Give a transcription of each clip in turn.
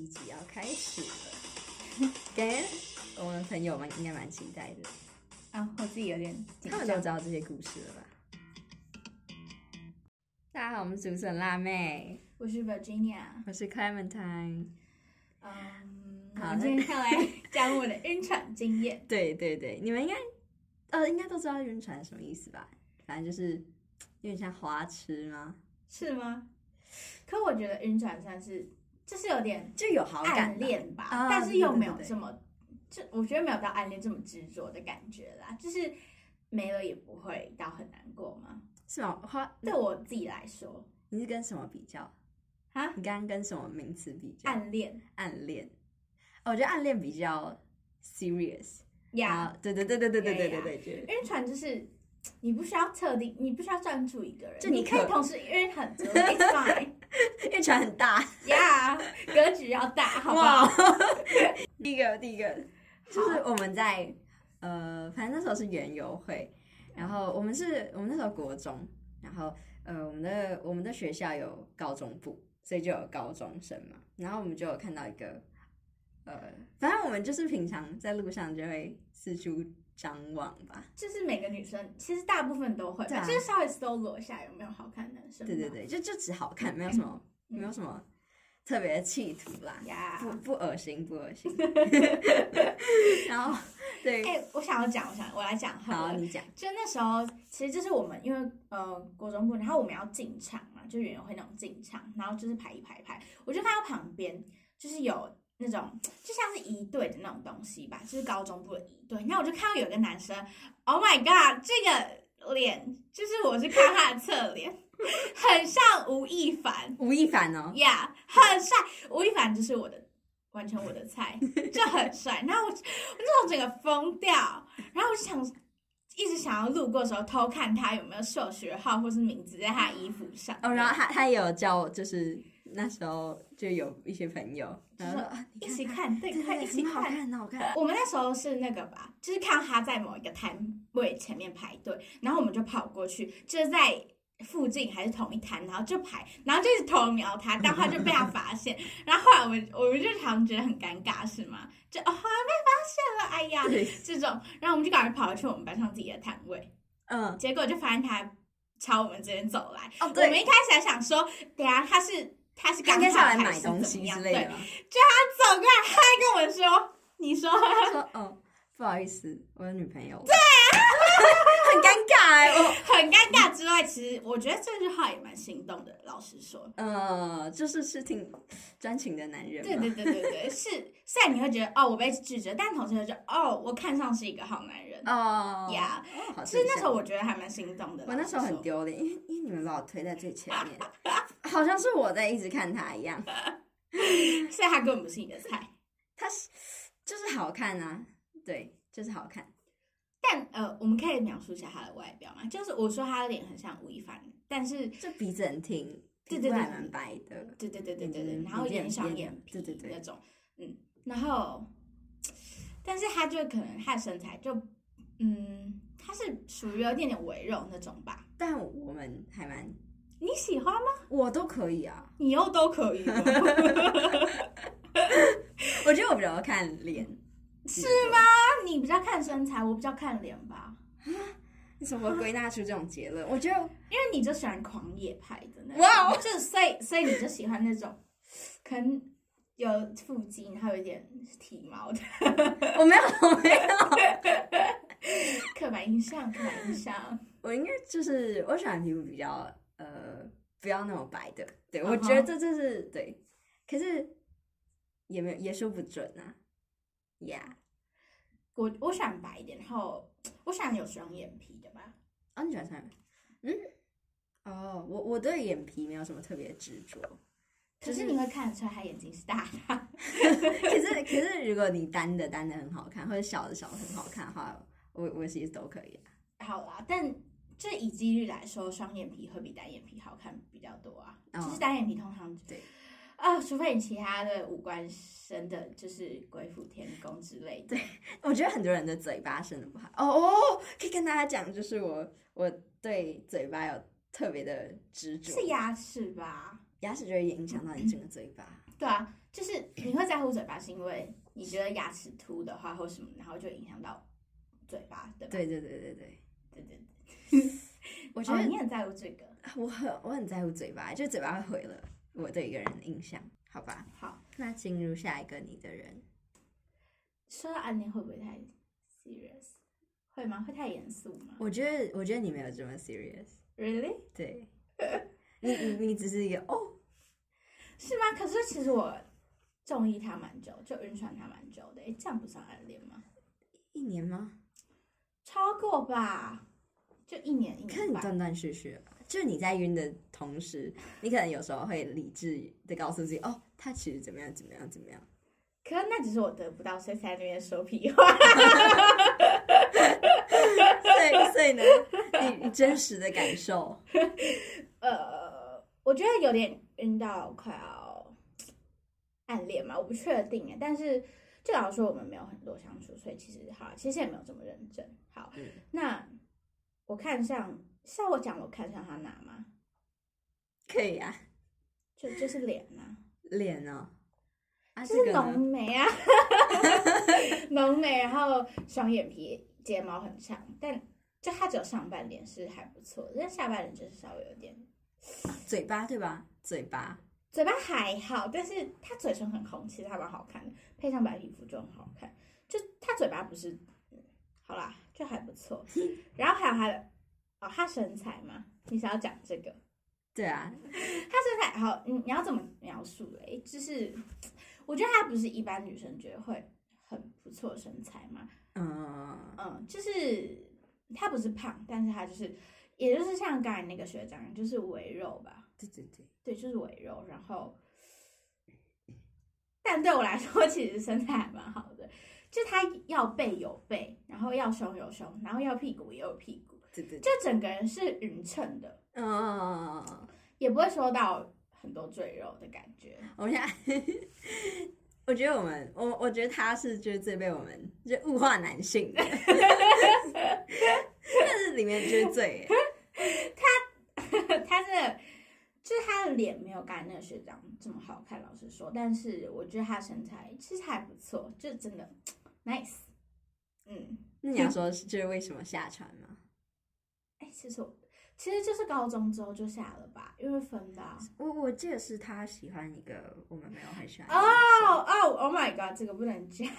一集要开始了，感觉我们朋友们应该蛮期待的。 我自己有点紧张。 他们都知道这些故事了吧？大家好，我们是竹笋辣妹， 我是 Virginia， 我是 Clementine。 我们今天要来讲我的晕船经验。 对，你们应该都知道晕船是什么意思吧？反正就是有点像花痴吗？ 是吗？可我觉得晕船算是就是有点就有好感暗恋吧，但是又没有这么，就我觉得没有到暗恋这么执着的感觉啦，就是没了也不会到很难过吗？ 是吗？ 对我自己来说， 你是跟什么比较啊？ 你刚刚跟什么名词比较？ 暗恋。 我觉得暗恋比较 serious。 呀， 对， 晕船就是你不需要你不需要专注一个人， 就你可以同时晕很多 ，it's fine。 晕船很大呀，格局要大，好不好？ 第一个就是我们在反正那时候是园游会，然后我们那时候国中，然后我们的学校有高中部，所以就有高中生嘛，然后我们就有看到一个反正我们就是平常在路上就会四处张望吧， 就是每个女生其实大部分都会吧，就是稍微搜罗一下有没有好看的男生。 对，就只好看，没有什么特别的企图啦，不恶心。然后对， 我来讲好，你讲。 就那时候其实就是我们因为国中部，然后我们要进场嘛，就园游会那种进场，然后就是排一排，我就看到旁边就是有那种就像是仪队的那种东西吧，就是高中部的仪队。然后我就看到有个男生 ，Oh my god， 这个脸就是我是看他的侧脸，很像吴亦凡哦，Yeah， 很帅。吴亦凡就是完全我的菜，就很帅。然后我那种整个疯掉，然后我就一直想要路过的时候偷看他有没有秀学号或是名字在他的衣服上。 然后他也有叫我，就是那时候就有一些朋友，然后说一起看，对，一起看， 很好看。 我们那时候是那个吧，就是看到他在某一个摊位前面排队，然后我们就跑过去，就是在附近还是同一摊，然后就排，然后就一直偷瞄他，但他就被他发现，然后后来我们就常觉得很尴尬，是吗？就好像被发现了，哎呀，这种，然后我们就赶快跑回去我们班上自己的摊位，结果就发现他朝我们这边走来，我们一开始还想说，等下他是刚好来买东西之类的， 对，就他走过来，他还跟我说，你说， 他说不好意思，我有女朋友。对啊，很尴尬很尴尬之外，其实我觉得这句话也蛮心动的。老实说， 就是挺专情的男人。 对，是。虽然你会觉得我被拒绝，但同时会觉得我看上是一个好男人呀。其实那时候我觉得还蛮心动的。 我那时候很丢脸，因为你们把我推在最前面，好像是我在一直看他一样。 所以他根本不是你的菜， 他就是好看啊。对，就是好看。 但我们可以描述一下他的外表嘛？就是我说他的脸很像吴亦凡，但是就鼻子很挺， 对， 还蛮白的， 对，然后眼小眼皮那种，然后，但是他就可能他的身材就，他是属于有一点点微肉那种吧。 但我们还蛮， 你喜欢吗？ 我都可以啊， 你又都可以。 我觉得我比较看脸。 是吗？你比较看身材，我比较看脸吧。 你怎么会归纳出这种结论？我觉得， 因为你就喜欢狂野派的那种，哇，就所以你就喜欢那种可能有腹肌，然后有一点体毛的。 我没有。 刻板印象。 我应该就是我喜欢皮肤比较不要那么白的。对，我觉得这就是对，可是也说不准啊。 我喜欢白一点，然后我喜欢有双眼皮的吧。 你喜欢双眼皮？我对眼皮没有什么特别执着。 可是你会看得出来他眼睛是大的。 可是如果你单的很好看，或者小的很好看的话，我其实都可以。 好啦，但就以几率来说，双眼皮会比单眼皮好看比较多啊。就是单眼皮通常对。 除非你其他的五官生的就是鬼斧天工之类的。 对，我觉得很多人的嘴巴生的不好。可以跟大家讲，就是我对嘴巴有特别的执着。 是牙齿吧？ 牙齿就会影响到你整个嘴巴。 对啊，就是你会在乎嘴巴，是因为你觉得牙齿凸的话或什么，然后就影响到嘴巴，对吧？ 对。我觉得、 你很在乎这个， 我很在乎嘴巴，就嘴巴会毁了我对一个人的印象，好吧？ 好， 那进入下一个你的人。 说到暗恋会不会太 serious？ 会吗？会太严肃吗？ 我觉得你没有这么 serious。 Really？ 对，你只是一个是吗？可是其实我中意他蛮久，就晕船他蛮久的。这样不算暗恋吗 ？1年吗？ 超过吧，就1年可是你断断续续吧，就是你在晕的同时，你可能有时候会理智的告诉自己，他其实怎么样。 可是那只是我得不到，所以才在那边说屁话。 所以呢，你真实的感受？ 我觉得有点晕到快要暗恋嘛，我不确定哎。但是就老实说，我们没有很多相处，所以其实也没有这么认真。好，那我看上，像我讲我看上他哪吗？ 可以啊， 就是脸啊， 脸哦。 就是浓眉啊，浓眉，然后双眼皮，睫毛很长，但就他只有上半脸是还不错，但下半脸就是稍微有点。 嘴巴对吧？嘴巴还好，但是他嘴唇很红，其实还蛮好看的，配上白皮肤就很好看。就他嘴巴不是，好啦，就还不错。然后还有他的他身材嘛，你想要讲这个？ 对啊， 他身材好，你要怎么描述嘞？就是我觉得他不是一般女生觉得会很不错的身材嘛。就是他不是胖，但是他就是。也就是像刚才那个学长，就是围肉吧。对，就是围肉。然后，但对我来说，其实身材还蛮好的。就他要背有背，然后要胸有胸，然后要屁股也有屁股。就整个人是匀称的。也不会说到很多赘肉的感觉。 我觉得我觉得他是就是最被我们就物化男性的。但是里面就是最他的就是他的脸没有刚才那个学长这么好看，老实说，但是我觉得他身材其实还不错，就真的 nice。 那你要说就是为什么下船吗？ 其实就是高中之后就下了吧，因为分的。 我记得是他喜欢一个我们没有很喜欢的。 Oh my god， 这个不能讲。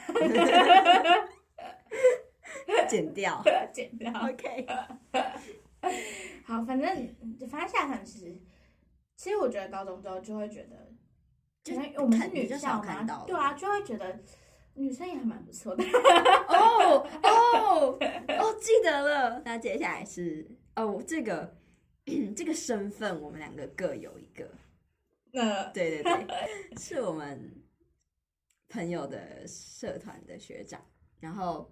剪掉。 OK。好，反正下船其实我觉得高中之后就会觉得，可能我们是女校嘛，对啊，就会觉得女生也还蛮不错的。 记得了。那接下来是这个身份我们两个各有一个。对，是我们朋友的社团的学长，然后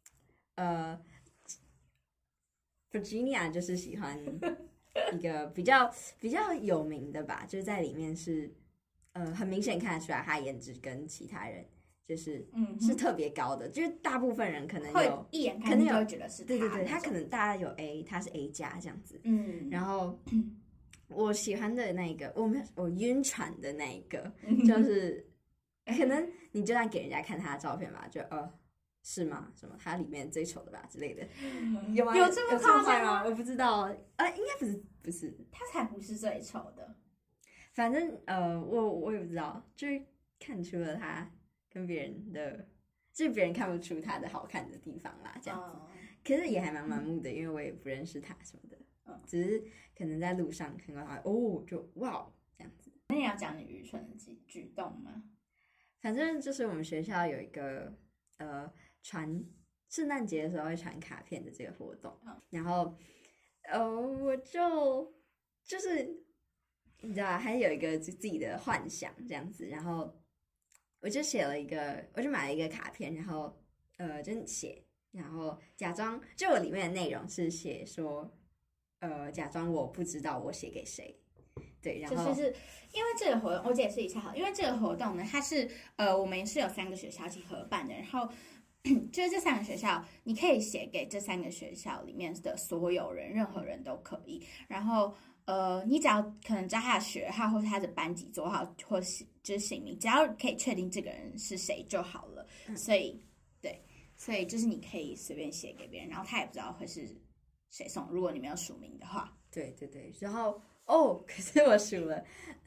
Virginia 就是喜欢一个比较有名的吧，就是在里面是很明显看得出来他颜值跟其他人就是是特别高的，就是大部分人可能有一眼看就会觉得是他。 对，他可能大家有 A， 他是 A 加这样子。然后我喜欢的那个，我晕船的那一个，就是可能你就算给人家看他的照片吧，就是吗？什么他里面最丑的吧之类的，有吗？ 有这么夸张吗？我不知道，应该不是， 他才不是最丑的。 反正我也不知道，就是看出了他跟别人的，就是别人看不出他的好看的地方啦，这样子。可是也还蛮盲目的，因为我也不认识他什么的，只是可能在路上看到他，就哇这样子。 那你要讲你愚蠢的举动吗？ 反正就是我们学校有一个传圣诞节的时候会传卡片的这个活动，然后我就是你知道，还有一个自己的幻想这样子，然后我就买了一个卡片，然后就写，然后假装就我里面的内容是写说假装我不知道我写给谁。对，然后就是因为这个活动，我解释一下好，因为这个活动呢，它是我们是有3个学校一起合办的，然后就是这3个学校，你可以写给这3个学校里面的所有人，任何人都可以。然后你只要可能知道他的学号或是他的班级座号或是就是姓名，只要可以确定这个人是谁就好了。所以就是你可以随便写给别人，然后他也不知道会是谁送，如果你没有署名的话。 对对对，然后可是我输了，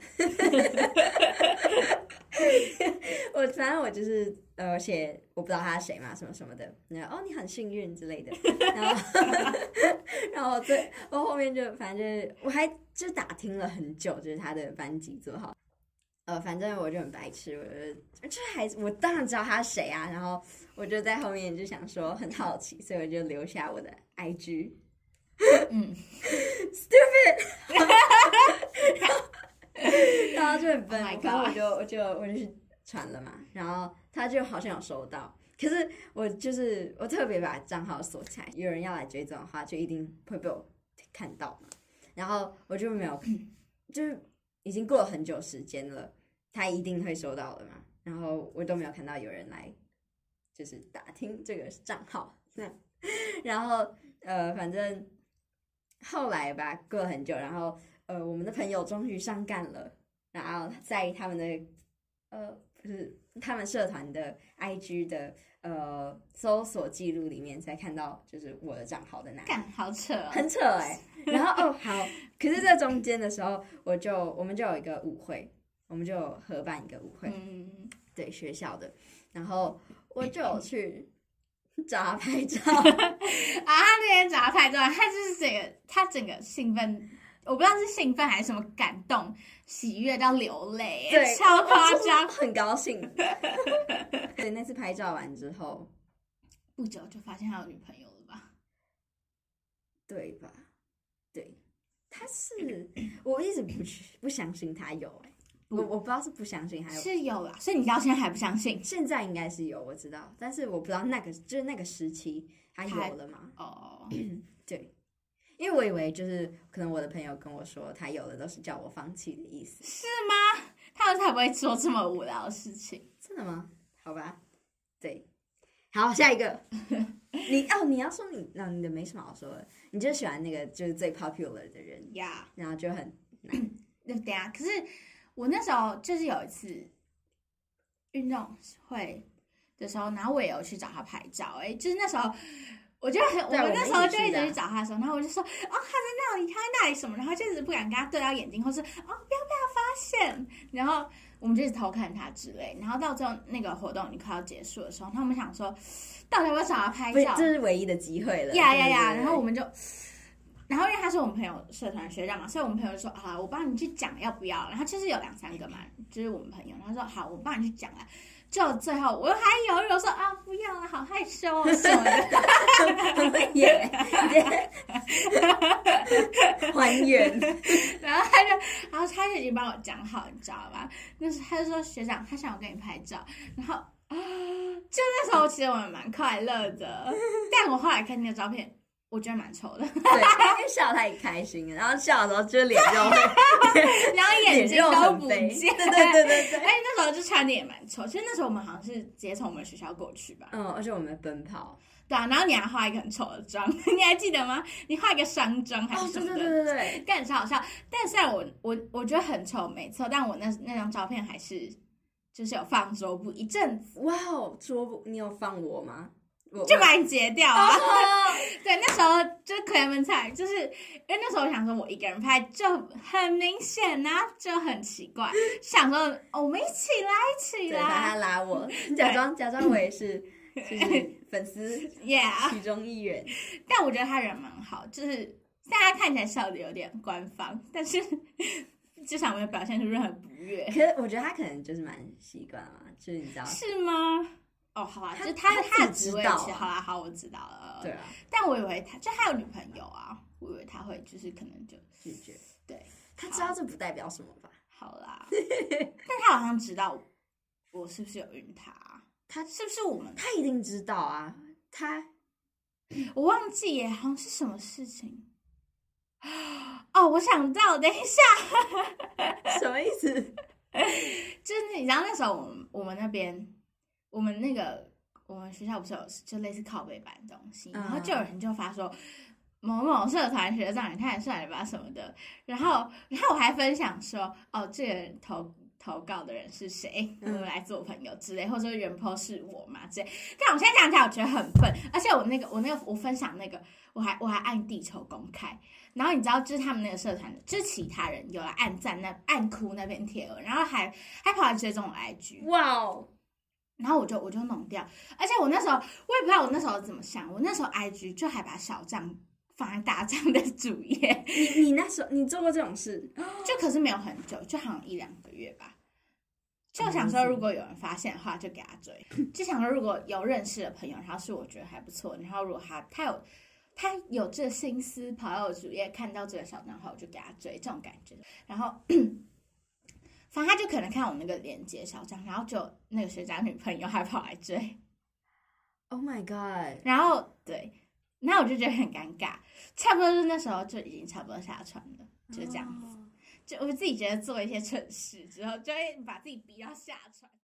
反正我就是写我不知道他是谁嘛，什么什么的，然后你很幸运之类的，然后我后面就反正就是我还就打听了很久，就是他的班级座号。反正我就很白痴，我当然知道他是谁啊，然后我就在后面就想说很好奇，所以我就留下我的 IG。stupid 然后就很笨，然后我就去传了嘛，然后他就好像有收到，可是我特别把账号锁起来，有人要来追踪的话就一定会被我看到嘛，然后我就没有就是已经过了很久时间了，他一定会收到的嘛，然后我都没有看到有人来就是打听这个账号，然后反正后来吧，过了很久，然后我们的朋友终于上岸了，然后在他们的不是他们社团的 IG 的搜索记录里面才看到就是我的账号的哪里， 好扯哦， 很扯然后好，可是这中间的时候我们就有一个舞会，我们就有合办一个舞会，对学校的，然后我就有去找他拍照那天找他拍照，他整个兴奋，我不知道是兴奋还是什么感动、喜悦到流泪， 对， 超夸张， 很高兴。对，那次拍照完之后， 不久就发现他有女朋友了吧？ 对吧？对，他是我一直不相信他有我不知道是不相信还有是有啦，所以你到现在还不相信？ 现在应该是有，我知道，但是我不知道就是那个时期他有了吗？对，因为我以为就是可能我的朋友跟我说他有的都是叫我放弃的意思， 是吗？他们才不会做这么无聊的事情， 真的吗？好吧，对，好，下一个，你要说你的没什么好说的，你就喜欢那个就是最 popular 的人呀， 然后就很难。 对啊，可是我那时候就是有一次运动会的时候，然后我也有去找他拍照，就是那时候。我们那时候就一直去找他的时候，然后我就说，他在那里，他在那里什么，然后就一直不敢跟他对到眼睛，或是不要被他发现，然后我们就一直偷看他之类，然后到最后那个活动已经快要结束的时候，他们想说，到底要不要找他拍照？ 这是唯一的机会了。 呀，然后我们就，然后因为他是我们朋友社团学长嘛，所以我们朋友就说啊，我帮你去讲要不要，然后就是有2-3个嘛，就是我们朋友，然后说好，我帮你去讲啊。就最后我还犹豫，我说不要了，好害羞哦什么的， 还原。 然后他就已经帮我讲好，你知道吧？他就说学长，他想要跟你拍照，然后就那时候其实我们蛮快乐的，但我后来看那个照片。我觉得蛮丑的， 对，因为笑太开心了，然后笑的时候就脸就会， 然后眼睛都不见， 对， 而且那时候就穿的也蛮丑，其实那时候我们好像是直接从我们学校过去吧， 而且我们奔跑， 对啊，然后你还化一个很丑的妆，你还记得吗？你化一个伤妆还是什么的， 对， 但很超好笑。但虽然我觉得很丑没错，但我那张照片还是就是有放桌布一阵子。 哇哦，桌布你有放我吗？ 就把你截掉啊！对，那时候就Clement菜，就是因为那时候我想说，我一个人拍就很明显啊，就很奇怪，想说我们一起来， 对，他拉我，假装我也是就是粉丝 ，Yeah， 其中一员。 但我觉得他人蛮好，就是虽然他看起来笑的有点官方，但是至少没有表现出任何不悦。 可是我觉得他可能就是蛮习惯嘛，就是你知道是吗？就是他的职位好，我知道了。 对啊， 但我以为他有女朋友啊，我以为他会就是可能就拒绝。 对， 他知道这不代表什么吧？ 好啦，但他好像知道我是不是有晕他，他是不是我们？ 他一定知道啊， 我忘记耶，好像是什么事情。我想到，等一下， 什么意思？ 就是你知道那时候我们那边。我们学校不是有就类似靠背板的东西，然后就有人就发说， 某某社团学长也太帅了吧什么的，然后我还分享说，哦，这个人投稿的人是谁，我们来做朋友之类，或者说原 po 是我嘛之类。但我现在想起来，我觉得很笨，而且我分享那个，我还按地球公开，然后你知道，就是他们那个社团的，就是其他人有来按赞按哭那篇贴文，然后还跑来追踪我 IG， 哇哦！ 然后我就弄掉，而且我那时候我也不知道我那时候怎么想，我那时候 IG 就还把小账放在大账的主页。 你那时候你做过这种事？ 就可是没有很久，就好像1-2个月吧。就想说，如果有人发现的话，就给他追。就想说，如果有认识的朋友，然后是我觉得还不错，然后如果他有这心思跑到我主页看到这个小账号，我就给他追，这种感觉。然后反正他就可能看我那个链接小账，然后就那个学长女朋友还跑来追。 Oh my god！ 然后对，然后我就觉得很尴尬，差不多就是那时候就已经差不多下船了，就这样子。就我自己觉得做一些蠢事之后，就会把自己逼到下船。